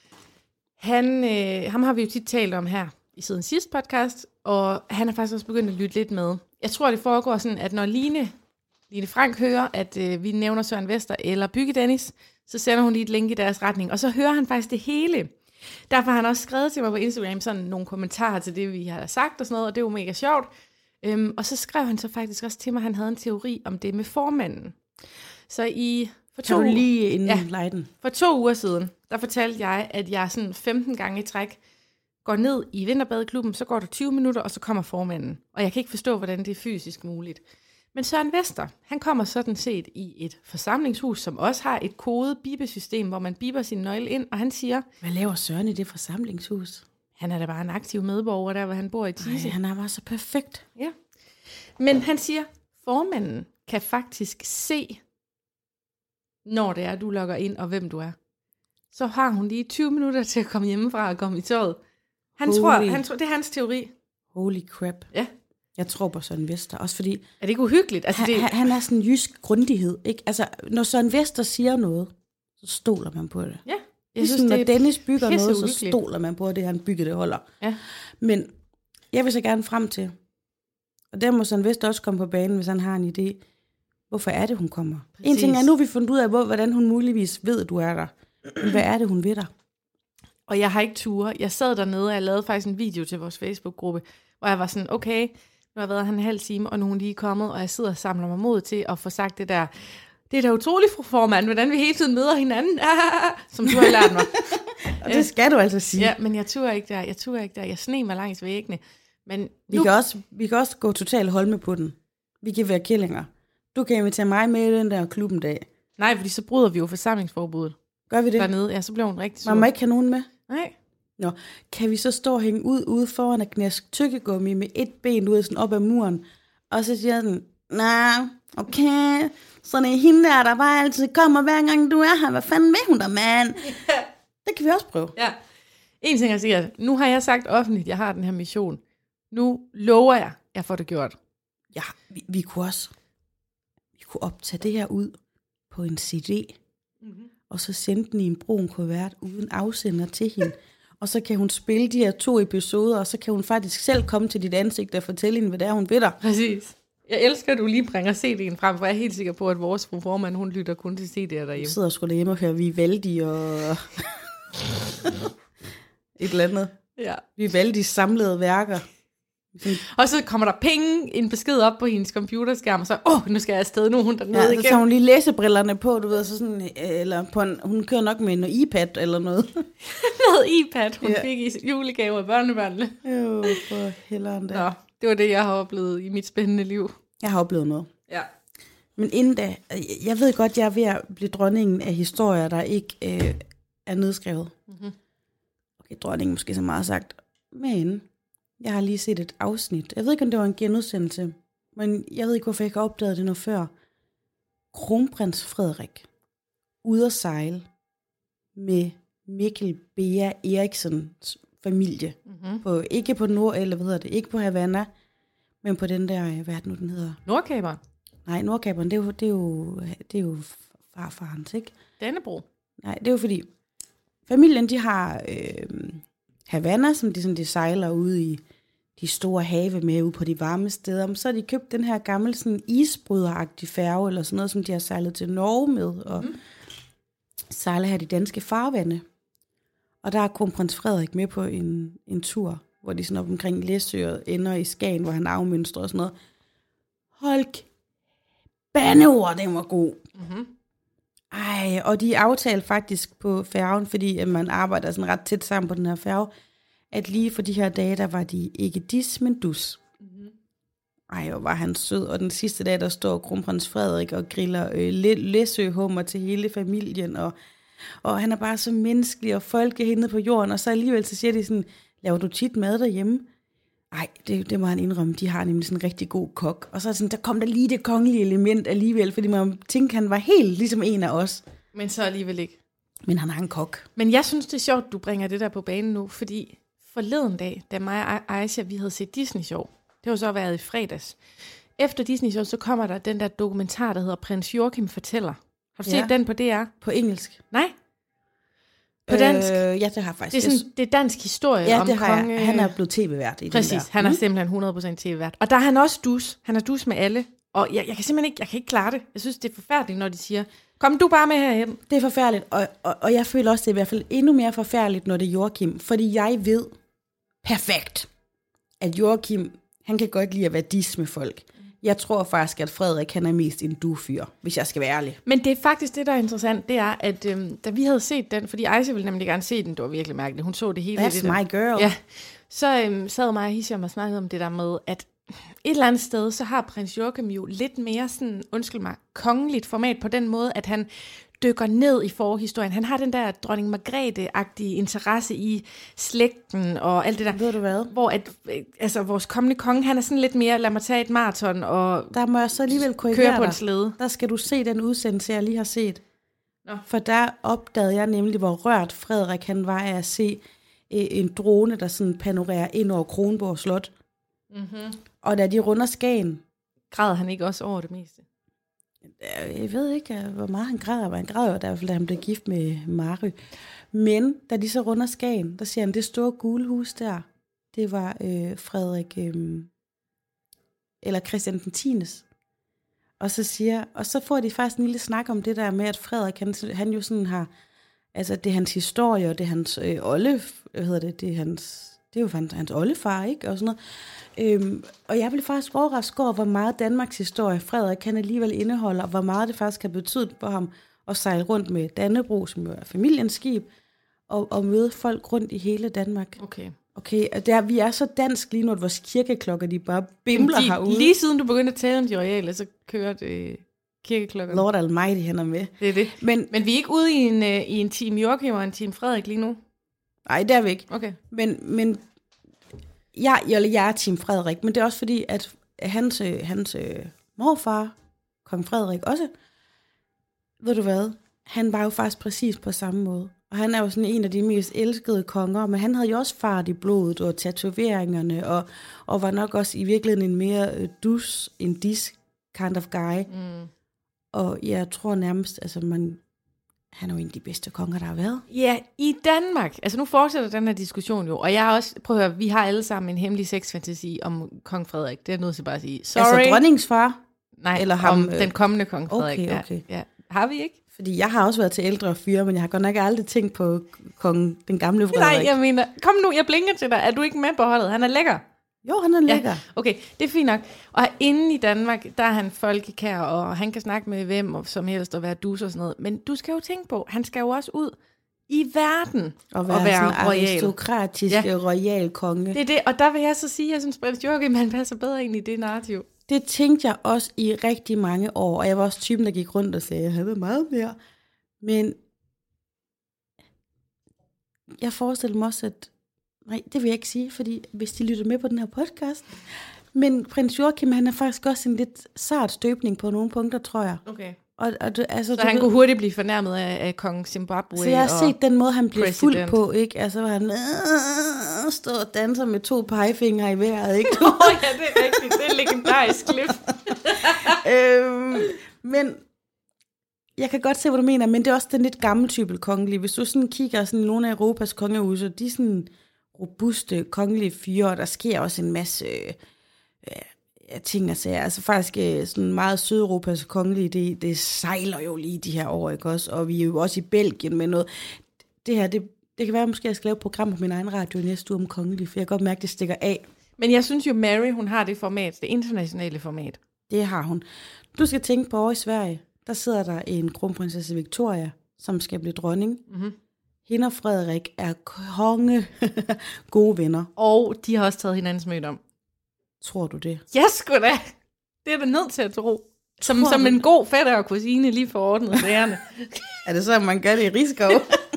han, øh, ham har vi jo tit talt om her i siden sidste podcast, og han har faktisk også begyndt at lytte lidt med. Jeg tror, det foregår sådan, at når Line, Line Frank hører, at øh, vi nævner Søren Vester eller Bygge Dennis, så sender hun lige et link i deres retning, og så hører han faktisk det hele. Derfor har han også skrevet til mig på Instagram sådan nogle kommentarer til det, vi har sagt og sådan noget, og det er jo mega sjovt. Øhm, og så skrev han så faktisk også til mig, at han havde en teori om det med formanden. Så i for to, kan du lige inden ja, lejden? For to uger siden, der fortalte jeg, at jeg sådan femten gange i træk går ned i vinterbadeklubben, så går der tyve minutter, og så kommer formanden. Og jeg kan ikke forstå, hvordan det er fysisk muligt. Men Søren Vester, han kommer sådan set i et forsamlingshus, som også har et kodet bibesystem, hvor man biber sin nøgle ind, og han siger... Hvad laver Søren i det forsamlingshus? Han er da bare en aktiv medborger, der hvor han bor i Tise. Ej, han er bare så perfekt. Ja. Men han siger, formanden kan faktisk se, når det er, du logger ind, og hvem du er. Så har hun lige tyve minutter til at komme hjemmefra og komme i toget. Han tror, han tror, det er hans teori. Holy crap. Ja. Jeg tror på Søren Vester, også fordi... Er det ikke uhyggeligt? Altså, han, det... han er sådan en jysk grundighed, ikke? Altså, når Søren Vester siger noget, så stoler man på det. Ja. Jeg ligesom synes, når det Dennis bygger noget, så stoler man på, at det han bygger, det holder. Ja. Men jeg vil så gerne frem til, og der må Søren Vester også komme på banen, hvis han har en idé. Hvorfor er det, hun kommer? Præcis. En ting er, nu har vi fundet ud af, hvordan hun muligvis ved, at du er der. Men hvad er det, hun ved dig? Og jeg har ikke ture. Jeg sad dernede, og jeg lavede faktisk en video til vores Facebook-gruppe, hvor jeg var sådan, okay, nu har jeg været her en halv time, og nu er hun lige kommet, og jeg sidder og samler mig mod til at få sagt det der, det er da utroligt, fru formand, hvordan vi hele tiden møder hinanden, som du har lært mig. Og det skal du altså sige. Ja, men jeg turer ikke der, jeg turer ikke der, jeg sne mig langs væggene. Men vi, nu... kan også, vi kan også gå totalt holme på den. Vi kan være killinger. Du kan invitere mig med i den der klubben dag. Nej, fordi så bryder vi jo forsamlingsforbuddet. Gør vi det? Dernede, ja, så bliver hun rigtig sur. Man må ikke have nogen med? Nej. Nå, kan vi så stå og hænge ud ude foran og knæske tykkegummi med et ben ud sådan op ad muren, og så siger den, nej, okay, så det er hende der, der bare altid kommer hver gang du er her. Hvad fanden vil hun der, mand? Yeah. Det kan vi også prøve. Ja. En ting er sikkert. Nu har jeg sagt offentligt, at jeg har den her mission. Nu lover jeg, at jeg får det gjort. Ja, vi, vi kunne også vi kunne optage det her ud på en C D, mm-hmm. og så sende den i en brun kuvert uden afsender til hende. Og så kan hun spille de her to episoder, og så kan hun faktisk selv komme til dit ansigt og fortælle hende, hvad det er, hun ved dig. Præcis. Jeg elsker, at du lige bringer C D'en frem, for jeg er helt sikker på, at vores fru formand, hun lytter kun til C D'er derhjemme. Hun sidder sgu derhjemme og hører Vivaldi og et eller andet. Ja. Vivaldi samlede værker. Og så kommer der penge, en besked op på hendes computerskærm, og så, åh, nu skal jeg afsted, nu er hun dernede ja, igen. så tager hun lige læsebrillerne på, du ved, så sådan, eller på en, hun kører nok med en iPad eller noget. Noget iPad, hun ja. fik i julegave af børnebørnene. Jo, for helleren der. Nå, det var det, jeg har oplevet i mit spændende liv. Jeg har oplevet noget. Ja. Men inden da, jeg ved godt, jeg er ved at blive dronningen af historier, der ikke øh, er nedskrevet. Mm-hmm. Okay, dronningen måske så meget sagt, men jeg har lige set et afsnit. Jeg ved ikke, om det var en genudsendelse, men jeg ved ikke, hvorfor jeg ikke har opdaget det noget før. Kronprins Frederik ude at sejle med Mikkel Bea Eriksens familie. Mm-hmm. På, ikke på Nord, eller hvad hedder det, ikke på Havana, men på den der, hvad er det nu, den hedder? Nordkaberen? Nej, Nordkaberen, det er jo, det er jo, det er jo farfarens, ikke? Dannebro? Nej, det er jo fordi, familien, de har øh, Havana, som de, sådan, de sejler ude i de store have med, ude på de varme steder. Men så har de købt den her gamle sådan isbryderagtige færge, eller sådan noget, som de har sejlet til Norge med, og mm. sejler her de danske farvande. Og der er kronprins Frederik med på en, en tur, hvor de sådan op omkring Læsø og ender i Skagen, hvor han afmønstrer og sådan noget. Hold bandeord, den var god. Mm-hmm. Ej, og de aftalte faktisk på færgen, fordi at man arbejder sådan ret tæt sammen på den her færge, at lige for de her dage, der var de ikke dis, men dus. Mm-hmm. Ej, hvor var han sød. Og den sidste dag, der står kronprins Frederik og griller øh, læsøhummer til hele familien, og, og han er bare så menneskelig og folkehændet på jorden, og så alligevel så siger de sådan, laver du tit mad derhjemme? Ej, det, det må han indrømme, de har nemlig sådan en rigtig god kok. Og så sådan, der kom der lige det kongelige element alligevel, fordi man tænkte, han var helt ligesom en af os. Men så alligevel ikke. Men han har en kok. Men jeg synes, det er sjovt, du bringer det der på banen nu, fordi forleden dag, da mig og Aisha, vi havde set Disney-show, det var så været i fredags. Efter Disney-show, så kommer der den der dokumentar, der hedder Prins Joachim fortæller. Har du ja. set den på D R? På engelsk? Nej. På dansk? Øh, ja, det har jeg faktisk. Det er, sådan, det er dansk historie ja, om det har konge... jeg. Han er blevet tv-vært i Præcis, den der. han er mm. simpelthen hundrede procent tv-vært. Og der er han også dus. Han er dus med alle. Og jeg, jeg kan simpelthen ikke, jeg kan ikke klare det. Jeg synes, det er forfærdeligt, når de siger, kom du bare med herhen. Det er forfærdeligt, og, og, og jeg føler også, det er i hvert fald endnu mere forfærdeligt, når det er Joachim. Fordi jeg ved perfekt, at Joachim, han kan godt lide at være dis med folk. Jeg tror faktisk, at Frederik, han er mest en du-fyr, hvis jeg skal være ærlig. Men det er faktisk det, der er interessant, det er, at øhm, da vi havde set den, fordi Aisha ville nemlig gerne se den, det var virkelig mærkeligt, hun så det hele. That's det der. my girl. Ja, så øhm, sad mig og Hisham og snakkede om det der med, at et eller andet sted, så har prins Joachim jo lidt mere sådan, undskyld mig, kongeligt format på den måde, at han dykker ned i forhistorien. Han har den der dronning Margrethe-agtige interesse i slægten og alt det der. Ved du hvad? Hvor at, altså, vores kommende konge, han er sådan lidt mere, lad mig tage et maraton og der må jeg så alligevel køre på en slæde. Der skal du se den udsendelse, jeg lige har set. Nå. For der opdagede jeg nemlig, hvor rørt Frederik han var af at se en drone, der sådan panorerer ind over Kronborg Slot. Mm-hmm. Og da de runder Skagen, græder han ikke også over det meste? Jeg ved ikke, hvor meget han græder. Han græder jo i hvert fald, da han blev gift med Mary. Men da de så runder Skagen, der siger han, det store gule hus der, det var øh, Frederik, øh, eller Christian den tiende. Og så siger, og så får de faktisk en lille snak om det der med, at Frederik, han, han jo sådan har, altså det er hans historie, og det er hans øh, olle, hvad hedder det, det er hans, det er jo hans, hans oldefar, ikke? Og sådan noget. Øhm, og jeg blev faktisk overrasket over, hvor meget Danmarks historie Frederik kan alligevel indeholde, og hvor meget det faktisk har betydet for ham at sejle rundt med Dannebro, som jo er familiens skib, og, og møde folk rundt i hele Danmark. Okay. Okay, og der, vi er så dansk lige nu, at vores kirkeklokker, de bare bimler de, herude. Lige siden du begyndte at tale om de reale, så kører det kirkeklokkerne. Lord Almighty, han er med. Det er det. Men, Men vi er ikke ude i en, uh, i en team Joachim og en team Frederik lige nu? Nej, det er vi ikke. Okay. Men, men jeg, jeg, jeg er team Frederik, men det er også fordi, at hans, hans morfar, kong Frederik også, ved du hvad, han var jo faktisk præcis på samme måde. Og han er jo sådan en af de mest elskede konger, men han havde jo også fart i blodet og tatoveringerne, og, og var nok også i virkeligheden en mere øh, dus en dis kind of guy. Mm. Og jeg tror nærmest, altså man, han er jo en af de bedste konger, der har været. Ja, i Danmark. Altså nu fortsætter den her diskussion jo, og jeg er også, prøv at høre, vi har alle sammen en hemmelig sexfantasi om kong Frederik. Det er nødt til bare at sige. Sorry. Altså dronningens far? Nej, eller ham, om øh... den kommende kong Frederik. Okay, okay. Ja, ja. Har vi ikke? Fordi jeg har også været til ældre fyre, men jeg har godt nok aldrig tænkt på kongen, den gamle Frederik. Nej, jeg mener, kom nu, jeg blinker til dig. Er du ikke med på holdet? Han er lækker. Jo, han er lækker. Ja, okay, det er fint nok. Og inde i Danmark, der er han folkekær, og han kan snakke med hvem som helst og være dus og sådan noget. Men du skal jo tænke på, han skal jo også ud i verden og være, og være sådan royal. Aristokratisk, ja. Royal konge. Det er det, og der vil jeg så sige, at jeg synes, Prins Joachim, han passer bedre ind i det narrativ. Det tænkte jeg også i rigtig mange år, og jeg var også typen, der gik rundt og sagde, at jeg havde meget mere. Men jeg forestiller mig også, at nej, det vil jeg ikke sige, fordi hvis de lytter med på den her podcast, men prins Joachim, han er faktisk også en lidt sart støbning på nogle punkter, tror jeg. Okay. Og, og det, altså, så han ved, kunne hurtigt blive fornærmet af, af kong Zimbabwe. Så jeg har set den måde, han bliver president. fuld på, ikke? Altså, hvor han øh, står og danser med to pegefingre i vejret, ikke? Åh oh, ja, det er rigtigt. Det er legendarisk klip. øhm, men jeg kan godt se, hvad du mener, men det er også den lidt gamle type kongelige. Hvis du sådan kigger sådan i nogle af Europas kongehuse, de er sådan robuste kongelige fyre, og der sker også en masse øh, ting, altså, altså faktisk øh, sådan meget Sydeuropas kongelige, det, det sejler jo lige de her år, ikke også? Og vi er jo også i Belgien med noget. Det her, det, det kan være, at måske jeg skal lave et program på min egen radio næste uge om kongelige, for jeg kan godt mærke, at det stikker af. Men jeg synes jo, Mary, hun har det format, det internationale format. Det har hun. Du skal tænke på over i Sverige, der sidder der en kronprinsesse Victoria, som skal blive dronning. Mm-hmm. Hende og Frederik er konge gode venner. Og de har også taget hinandens møde om. Tror du det? Ja, sgu da. Det er da nødt til at tro. Som, som en god fætter og kusine lige forordnet lærerne. Er det så, at man gør det i Rigskov?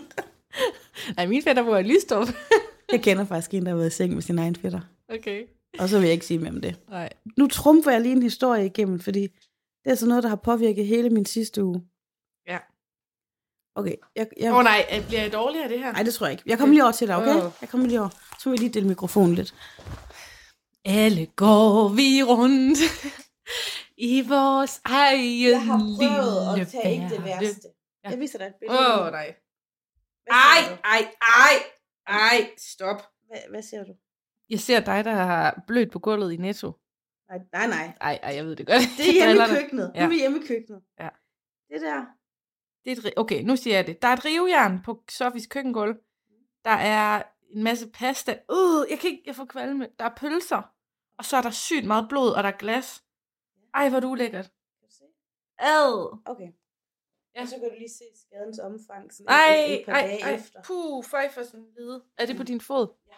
Nej, min fætter bor i Lystrup. Jeg kender faktisk en, der har været i seng med sin egen fætter. Okay. Og så vil jeg ikke sige mere om det. Nej. Nu trumfer jeg lige en historie igennem, fordi det er sådan noget, der har påvirket hele min sidste uge. Ja. Okay. Åh jeg, jeg... oh, nej, bliver jeg dårligere det her? Nej, det tror jeg ikke. Jeg kommer lige over til dig, okay? Oh. Jeg kommer lige over. Så vil jeg lige dele mikrofonen lidt. Alle går vi rundt i vores egen lille Jeg har prøvet at tage ikke det værste. Ja. Jeg viser dig et billede. Åh, oh, nej. Ej, ej, ej, ej, stop. Hvad, hvad ser du? Jeg ser dig, der har blødt på gulvet i Netto. Nej, nej, nej. Ej, ej, jeg ved det godt. Det er hjemme i køkkenet. Ja. Nu er vi hjemme i køkkenet. Ja. Det der. Det er et, okay, nu siger jeg det. Der er et rivejern på Sofies køkkengulv. Der er en masse pasta. Øh, jeg kan ikke, jeg får kvalme. Der er pølser. Og så er der sygt meget blod, og der er glas. Ej, hvor er det ulækkert. Kan du se? Ad. Okay. Ja. Og så kan du lige se skadens omfang. Sådan ej, et, et par ej, dage ej. efter. Puh, føj for sådan en hvide. Er det på din fod? Ja.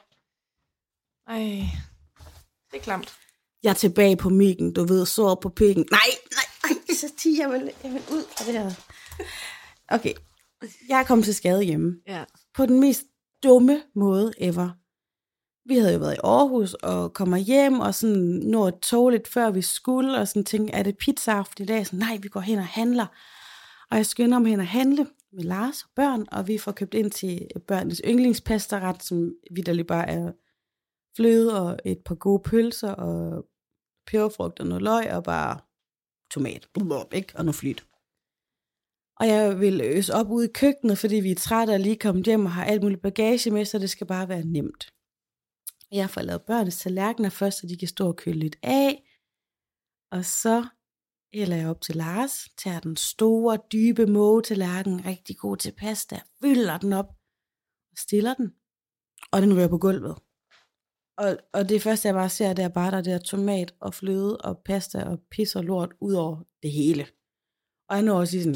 Ej, det er klamt. Jeg er tilbage på mikken, du ved, sår på pikken. Nej, nej, nej, så tiger jeg vil, jeg vil ud af det her. Okay, jeg er kommet til skade hjemme. Ja. På den mest dumme måde ever. Vi havde jo været i Aarhus og kommer hjem og sådan når et tog lidt før vi skulle, og sådan tænkte, er det pizza-aften i dag? Så nej, vi går hen og handler. Og jeg skynder mig hen og handle med Lars og børn, og vi får købt ind til børnenes yndlingspastaret, som vitterligt bare er fløde og et par gode pølser og peberfrugt og noget løg og bare tomat, ikke? Og noget flyt. Og jeg vil øse op ude i køkkenet, fordi vi er trætte og lige kommet hjem og har alt muligt bagage med, så det skal bare være nemt. Jeg får lavet børnenes tallerkener først, så de kan stå og køle lidt af. Og så hælder jeg op til Lars, tager den store, dybe mågetallerken, rigtig god til pasta, fylder den op og stiller den. Og den ryger på gulvet. Og, og det første, jeg bare ser, det er bare der, der tomat og fløde og pasta og pis og lort ud over det hele. Og jeg når også sådan,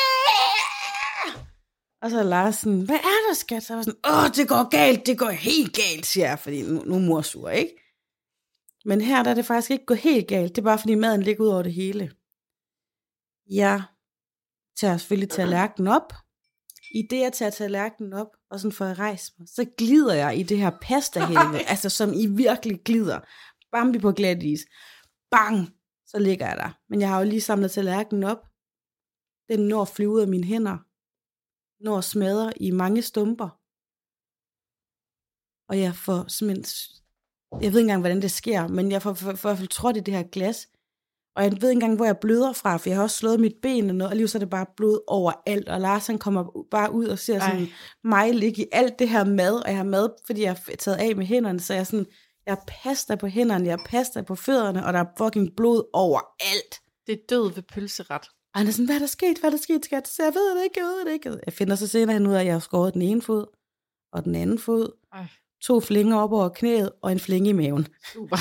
Aah! Og så er Lars sådan, hvad er der, skat? Så jeg var sådan, åh, det går galt, det går helt galt, siger jeg, fordi nu, nu er mor sur, ikke? Men her der er det faktisk ikke gået helt galt, det er bare fordi maden ligger ud over det hele. Jeg tager selvfølgelig tallerkenen op. I det, jeg tager tallerkenen op, og sådan får jeg rejst mig, så glider jeg i det her pasta-helvede, altså som I virkelig glider. Bambi på glat is. Bang! Så ligger jeg der. Men jeg har jo lige samlet tallerkenen op. Den når at flyve ud af mine hænder. når at smadre i mange stumper. Og jeg får simpelthen, jeg ved ikke engang, hvordan det sker, men jeg får i hvert fald trådt i det her glas. Og jeg ved ikke engang, hvor jeg bløder fra, for jeg har også slået mit ben og noget, og lige så er det bare blod overalt. Og Lars han kommer bare ud og ser sådan mig ligge i alt det her mad, og jeg har mad, fordi jeg har taget af med hænderne, så jeg er sådan, jeg har pasta på hænderne, jeg har pasta på fødderne, og der er fucking blod overalt. Det er død ved pølseret. Og han er sådan, hvad er der sket, hvad er der sket, skat? Så jeg ved det ikke, jeg ved det ikke. Jeg finder så senere hen ud af, at jeg har skåret den ene fod, og den anden fod. Ej. To flinger op over knæet, og en flinge i maven. Super.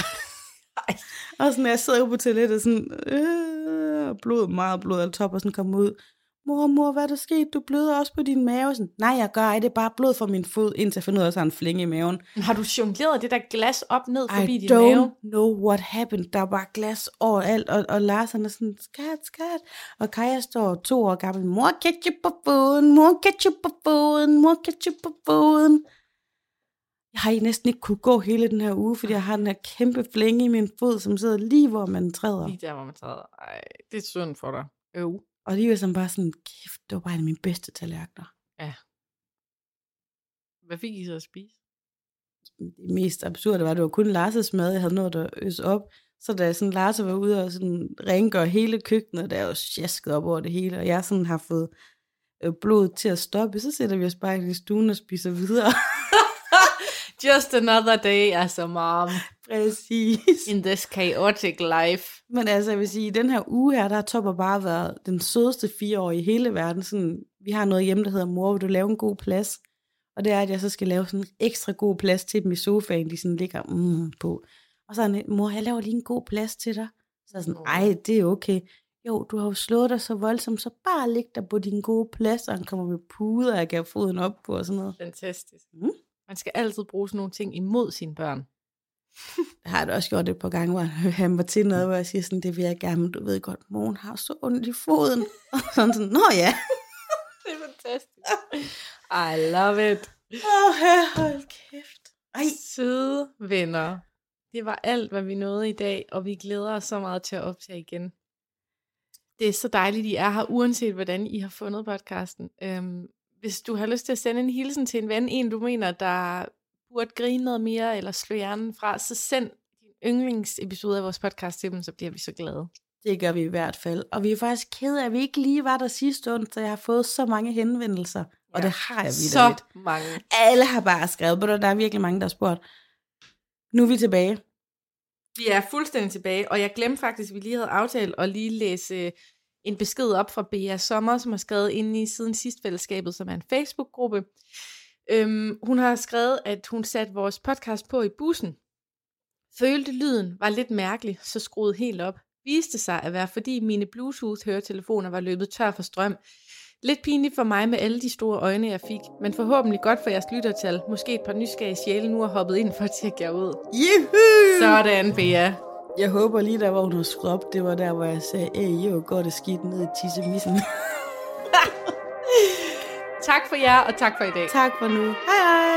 Og sådan, jeg sidder på toilettet, sådan, øh, blod, meget blod, og top, og sådan kommer ud. Mor, mor, hvad er der sket? Du bløder også på din mave. Sådan, nej, jeg gør ikke, det er bare blod fra min fod, indtil jeg finder ud af, at der er en flinge i maven. Har du jongleret det der glas op ned forbi I din mave? I don't know what happened. Der var glas overalt, og, og Lars han er sådan, skat, skat. Og Kaja står to år gammel, mor, ketchup på foden, mor, ketchup på foden, mor, ketchup på foden. Jeg har næsten ikke kunne gå hele den her uge, fordi jeg har den her kæmpe flænge i min fod, som sidder lige, hvor man træder. Lige der, hvor man træder. Ej, det er synd for dig. Øv. Og lige som bare sådan, kæft, det var bare en af mine bedste tallerkener. Ja. Hvad fik I så at spise? Det mest absurde var, at det var kun Lars' mad, jeg havde nået at øse op. Så da sådan Lars var ude og sådan rengøre hele køkkenet, der er jo sjasket op over det hele, og jeg sådan har fået blod til at stoppe, så sætter vi os bare i stuen og spiser videre. Just another day as a mom. Præcis. In this chaotic life. Men altså, jeg vil sige, i den her uge her, der har Topper bare været den sødeste fire år i hele verden. Sådan, vi har noget hjemme, der hedder, mor, vil du lave en god plads? Og det er, at jeg så skal lave sådan en ekstra god plads til dem i sofaen, de sådan ligger mm, på. Og så er han, mor, jeg laver lige en god plads til dig. Så er jeg sådan, ej, det er okay. Jo, du har jo slået dig så voldsomt, så bare lig dig på din gode plads, og han kommer med puder, og jeg kan foden op på og sådan noget. Fantastisk. Mm. Man skal altid bruge sådan nogle ting imod sine børn. Jeg har det også gjort et par gange, hvor han var til noget, hvor jeg siger sådan, det vil jeg gerne, men du ved godt, moren har så ondt i foden. Og sådan sådan, nå ja. Det er fantastisk. I love it. Åh, oh, hold kæft. Ej. Søde venner. Det var alt, hvad vi nåede i dag, og vi glæder os så meget til at optage igen. Det er så dejligt, I er her, uanset hvordan I har fundet podcasten. Øhm, hvis du har lyst til at sende en hilsen til en ven, en du mener, der burde grine noget mere, eller slå hjernen fra, så send din yndlingsepisode af vores podcast til dem, så bliver vi så glade. Det gør vi i hvert fald. Og vi er faktisk kede af, at vi ikke lige var der sidste onsdag. Jeg har fået så mange henvendelser, ja, og det har jeg videre så lidt. mange. Alle har bare skrevet, og der er virkelig mange, der har spurgt. Nu er vi tilbage. Vi er fuldstændig tilbage, og jeg glemte faktisk, at vi lige havde aftalt at lige læse en besked op fra Bea Sommer, som har skrevet inde i Siden Sidst Fællesskabet, som er en Facebook-gruppe. Øhm, hun har skrevet, at hun satte vores podcast på i bussen. Følte lyden var lidt mærkelig, så skruede helt op. Viste sig at være, fordi mine Bluetooth-høretelefoner var løbet tør for strøm. Lidt pinligt for mig med alle de store øjne, jeg fik, men forhåbentlig godt for jeres lyttertal. Måske et par nysgerrige sjæle nu har hoppet ind for at tjekke jer ud. Juhu! Sådan, Bea. Jeg håber lige der, hvor hun har skruet op, det var der, hvor jeg sagde, æh, jo, går det skidt ned i tissemissen. Tak for jer, og tak for i dag. Tak for nu. Hej hej.